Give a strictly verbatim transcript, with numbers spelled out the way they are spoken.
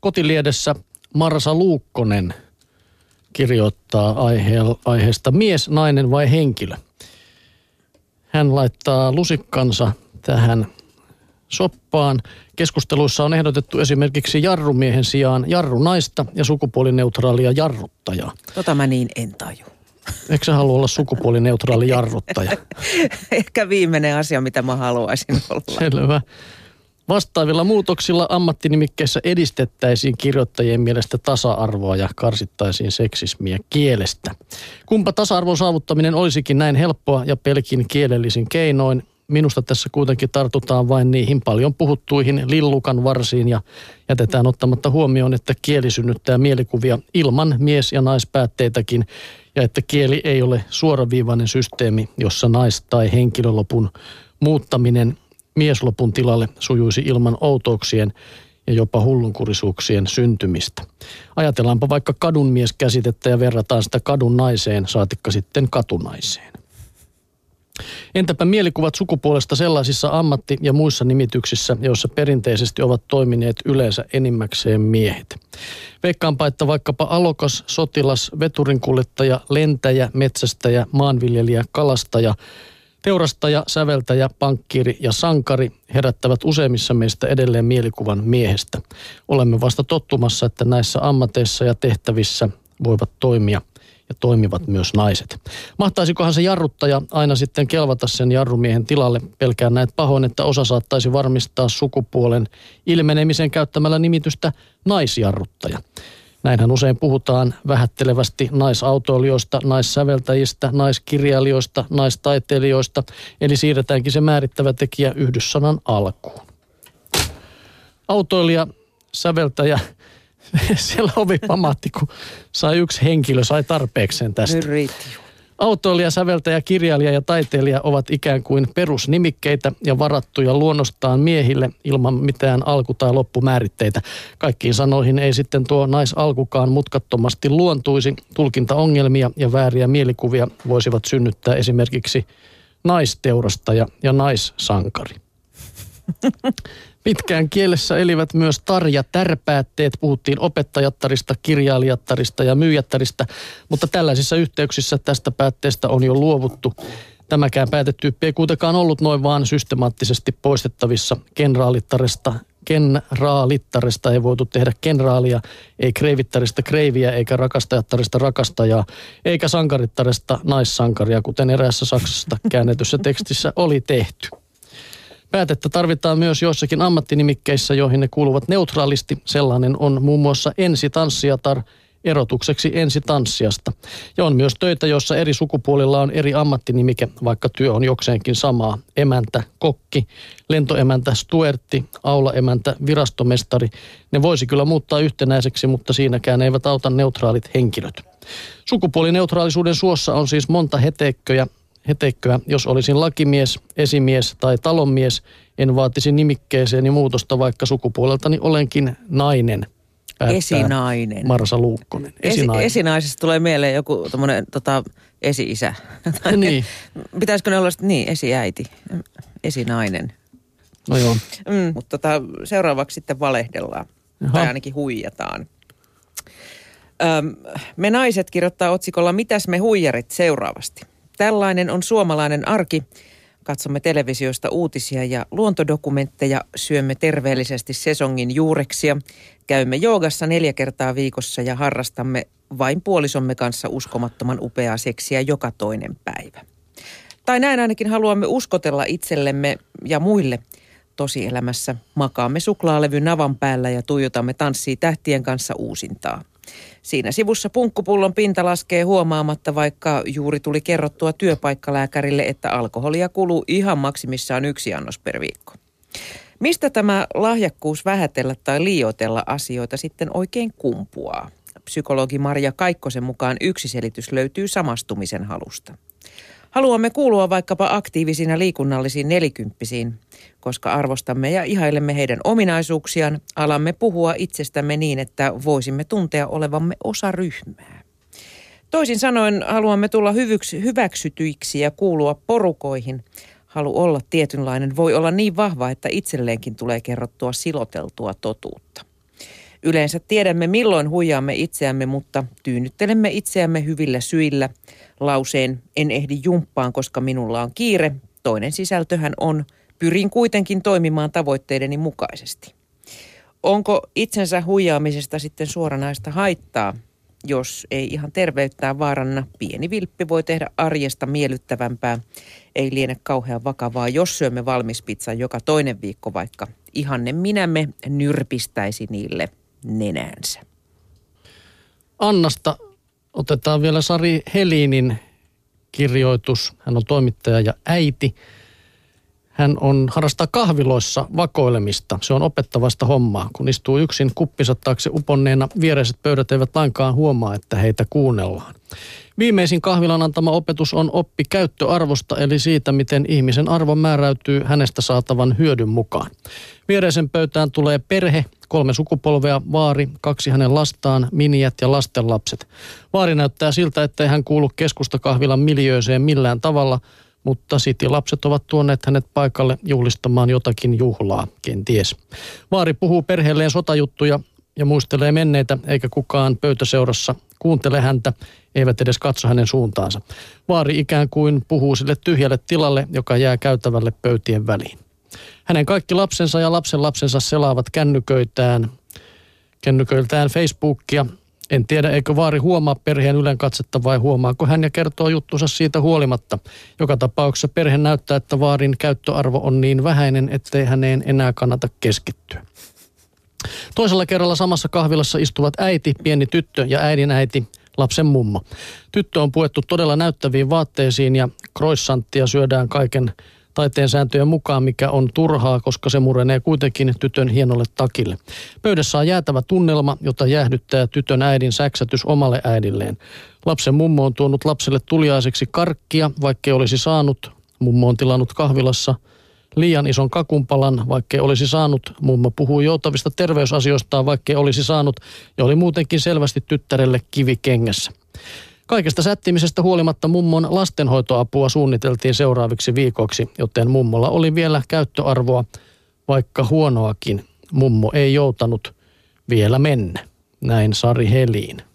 Kotiliedessä Marsa Luukkonen kirjoittaa aihe- aiheesta mies, nainen vai henkilö. Hän laittaa lusikkansa tähän soppaan. Keskusteluissa on ehdotettu esimerkiksi jarrumiehen sijaan jarrunaista ja sukupuolineutraalia jarruttajaa. Tota mä niin en taju. Eikö sä halua olla sukupuolineutraali jarruttaja? Ehkä viimeinen asia, mitä mä haluaisin olla. Selvä. Vastaavilla muutoksilla ammattinimikkeissä edistettäisiin kirjoittajien mielestä tasa-arvoa ja karsittaisiin seksismiä kielestä. Kumpa tasa-arvon saavuttaminen olisikin näin helppoa ja pelkin kielellisin keinoin? Minusta tässä kuitenkin tartutaan vain niihin paljon puhuttuihin lillukan varsiin ja jätetään ottamatta huomioon, että kieli synnyttää mielikuvia ilman mies- ja naispäätteitäkin ja että kieli ei ole suoraviivainen systeemi, jossa nais- tai henkilölopun muuttaminen mieslopun tilalle sujuisi ilman outouksien ja jopa hullunkurisuuksien syntymistä. Ajatellaanpa vaikka kadunmies-käsitettä ja verrataan sitä kadun naiseen, saatikka sitten katunaiseen. Entäpä mielikuvat sukupuolesta sellaisissa ammatti- ja muissa nimityksissä, joissa perinteisesti ovat toimineet yleensä enimmäkseen miehet? Veikkaanpa, että vaikkapa alokas, sotilas, veturinkuljettaja, lentäjä, metsästäjä, maanviljelijä, kalastaja, teurastaja, säveltäjä, pankkiiri ja sankari herättävät useimmissa meistä edelleen mielikuvan miehestä. Olemme vasta tottumassa, että näissä ammateissa ja tehtävissä voivat toimia ja toimivat myös naiset. Mahtaisikohan se jarruttaja aina sitten kelvata sen jarrumiehen tilalle? Pelkään näet pahoin, että osa saattaisi varmistaa sukupuolen ilmenemisen käyttämällä nimitystä naisjarruttaja. Näinhän usein puhutaan vähättelevästi naisautoilijoista, naissäveltäjistä, naiskirjailijoista, naistaiteilijoista, eli siirretäänkin se määrittävä tekijä yhdyssanan alkuun. Autoilija, säveltäjä, siellä ovi pamahti, kun sai yksi henkilö, sai tarpeekseen tästä. Autoilija, säveltäjä, kirjailija ja taiteilija ovat ikään kuin perusnimikkeitä ja varattuja luonnostaan miehille ilman mitään alku- tai loppumääritteitä. Kaikkiin sanoihin ei sitten tuo naisalkukaan mutkattomasti luontuisi. Tulkintaongelmia ja vääriä mielikuvia voisivat synnyttää esimerkiksi naisteurastaja ja naissankari. Pitkään kielessä elivät myös tar- ja tärpäätteet. Puhuttiin opettajattarista, kirjailijattarista ja myyjättarista, mutta tällaisissa yhteyksissä tästä päätteestä on jo luovuttu. Tämäkään päätetyyppi ei kuitenkaan ollut noin vaan systemaattisesti poistettavissa. Kenraalittaresta, kenraalittaresta ei voitu tehdä kenraalia, ei kreivittarista kreiviä eikä rakastajattarista rakastajaa, eikä sankarittaresta naissankaria, kuten eräässä Saksasta käännetyssä tekstissä oli tehty. Päätettä tarvitaan myös joissakin ammattinimikkeissä, joihin ne kuuluvat neutraalisti. Sellainen on muun muassa ensitanssijatar erotukseksi ensitanssiasta. Ja on myös töitä, joissa eri sukupuolilla on eri ammattinimike, vaikka työ on jokseenkin samaa. Emäntä, kokki, lentoemäntä, stuertti, aulaemäntä, virastomestari. Ne voisi kyllä muuttaa yhtenäiseksi, mutta siinäkään eivät auta neutraalit henkilöt. Sukupuolineutraalisuuden suossa on siis monta heteikköjä. Heteikköä, jos olisin lakimies, esimies tai talonmies, en vaatisi nimikkeeseeni muutosta, vaikka sukupuoleltani olenkin nainen. Esinainen. Marsa Luukkonen. Esinainen. Esi- esinaisesta tulee mieleen joku tommonen tota, esi-isä. Niin. Pitäisikö ne olla sitten niin, esiäiti, esinainen. No joo. Mm, mutta tota, seuraavaksi sitten valehdellaan. Jaha. Tai ainakin huijataan. Öm, me naiset kirjoittaa otsikolla Mitäs me huijarit seuraavasti. Tällainen on suomalainen arki. Katsomme televisiosta uutisia ja luontodokumentteja, syömme terveellisesti sesongin juureksia, käymme joogassa neljä kertaa viikossa ja harrastamme vain puolisomme kanssa uskomattoman upeaa seksiä joka toinen päivä. Tai näin ainakin haluamme uskotella itsellemme ja muille. Tosielämässä makaamme suklaalevyn navan päällä ja tuijotamme Tanssii tähtien kanssa uusintaa. Siinä sivussa punkkupullon pinta laskee huomaamatta, vaikka juuri tuli kerrottua työpaikkalääkärille, että alkoholia kuluu ihan maksimissaan yksi annos per viikko. Mistä tämä lahjakkuus vähätellä tai liioitella asioita sitten oikein kumpuaa? Psykologi Marja Kaikkosen mukaan yksi selitys löytyy samastumisen halusta. Haluamme kuulua vaikkapa aktiivisina liikunnallisiin nelikymppisiin, koska arvostamme ja ihailemme heidän ominaisuuksiaan, alamme puhua itsestämme niin, että voisimme tuntea olevamme osa ryhmää. Toisin sanoen haluamme tulla hyvyks- hyväksytyiksi ja kuulua porukoihin. Halu olla tietynlainen voi olla niin vahva, että itselleenkin tulee kerrottua siloteltua totuutta. Yleensä tiedämme, milloin huijaamme itseämme, mutta tyynnyttelemme itseämme hyvillä syillä. Lauseen en ehdi jumppaan, koska minulla on kiire. Toinen sisältöhän on, pyrin kuitenkin toimimaan tavoitteideni mukaisesti. Onko itsensä huijaamisesta sitten suoranaista haittaa? Jos ei ihan terveyttää vaaranna, pieni vilppi voi tehdä arjesta miellyttävämpää. Ei liene kauhean vakavaa, jos syömme valmispizzan joka toinen viikko, vaikka ihanne minämme nyrpistäisi niille nenänsä. Annasta otetaan vielä Sari Helinin kirjoitus. Hän on toimittaja ja äiti. Hän on harrastaa kahviloissa vakoilemista. Se on opettavasta hommaa. Kun istuu yksin kuppinsa taakse uponneena, viereiset pöydät eivät lainkaan huomaa, että heitä kuunnellaan. Viimeisin kahvilan antama opetus on oppi käyttöarvosta, eli siitä, miten ihmisen arvo määräytyy hänestä saatavan hyödyn mukaan. Viereisen pöytään tulee perhe, kolme sukupolvea, vaari, kaksi hänen lastaan, miniät ja lastenlapset. Vaari näyttää siltä, ettei hän kuulu keskustakahvilan miljööseen millään tavalla, mutta City-lapset ovat tuoneet hänet paikalle juhlistamaan jotakin juhlaa, kenties. Vaari puhuu perheelleen sotajuttuja ja muistelee menneitä, eikä kukaan pöytäseurassa kuuntele häntä, eivät edes katso hänen suuntaansa. Vaari ikään kuin puhuu sille tyhjälle tilalle, joka jää käytävälle pöytien väliin. Hänen kaikki lapsensa ja lapsenlapsensa selaavat kännyköitään, kännyköiltään Facebookia. En tiedä, eikö vaari huomaa perheen ylenkatsetta vai huomaako hän ja kertoo juttunsa siitä huolimatta. Joka tapauksessa perhe näyttää, että vaarin käyttöarvo on niin vähäinen, ettei häneen enää kannata keskittyä. Toisella kerralla samassa kahvilassa istuvat äiti, pieni tyttö ja äidin äiti, lapsen mummo. Tyttö on puettu todella näyttäviin vaatteisiin ja croissanttia syödään kaiken taiteen sääntöjen mukaan, mikä on turhaa, koska se murenee kuitenkin tytön hienolle takille. Pöydässä on jäätävä tunnelma, jota jäähdyttää tytön äidin säksätys omalle äidilleen. Lapsen mummo on tuonut lapselle tuliaiseksi karkkia, vaikkei olisi saanut. Mummo on tilannut kahvilassa liian ison kakunpalan, vaikkei olisi saanut. Mummo puhuu joutavista terveysasioistaan, vaikkei olisi saanut, ja oli muutenkin selvästi tyttärelle kivi kengässä. Kaikesta sättimisestä huolimatta mummon lastenhoitoapua suunniteltiin seuraaviksi viikoksi, joten mummolla oli vielä käyttöarvoa, vaikka huonoakin. Mummo ei joutanut vielä mennä. Näin Sari Helin.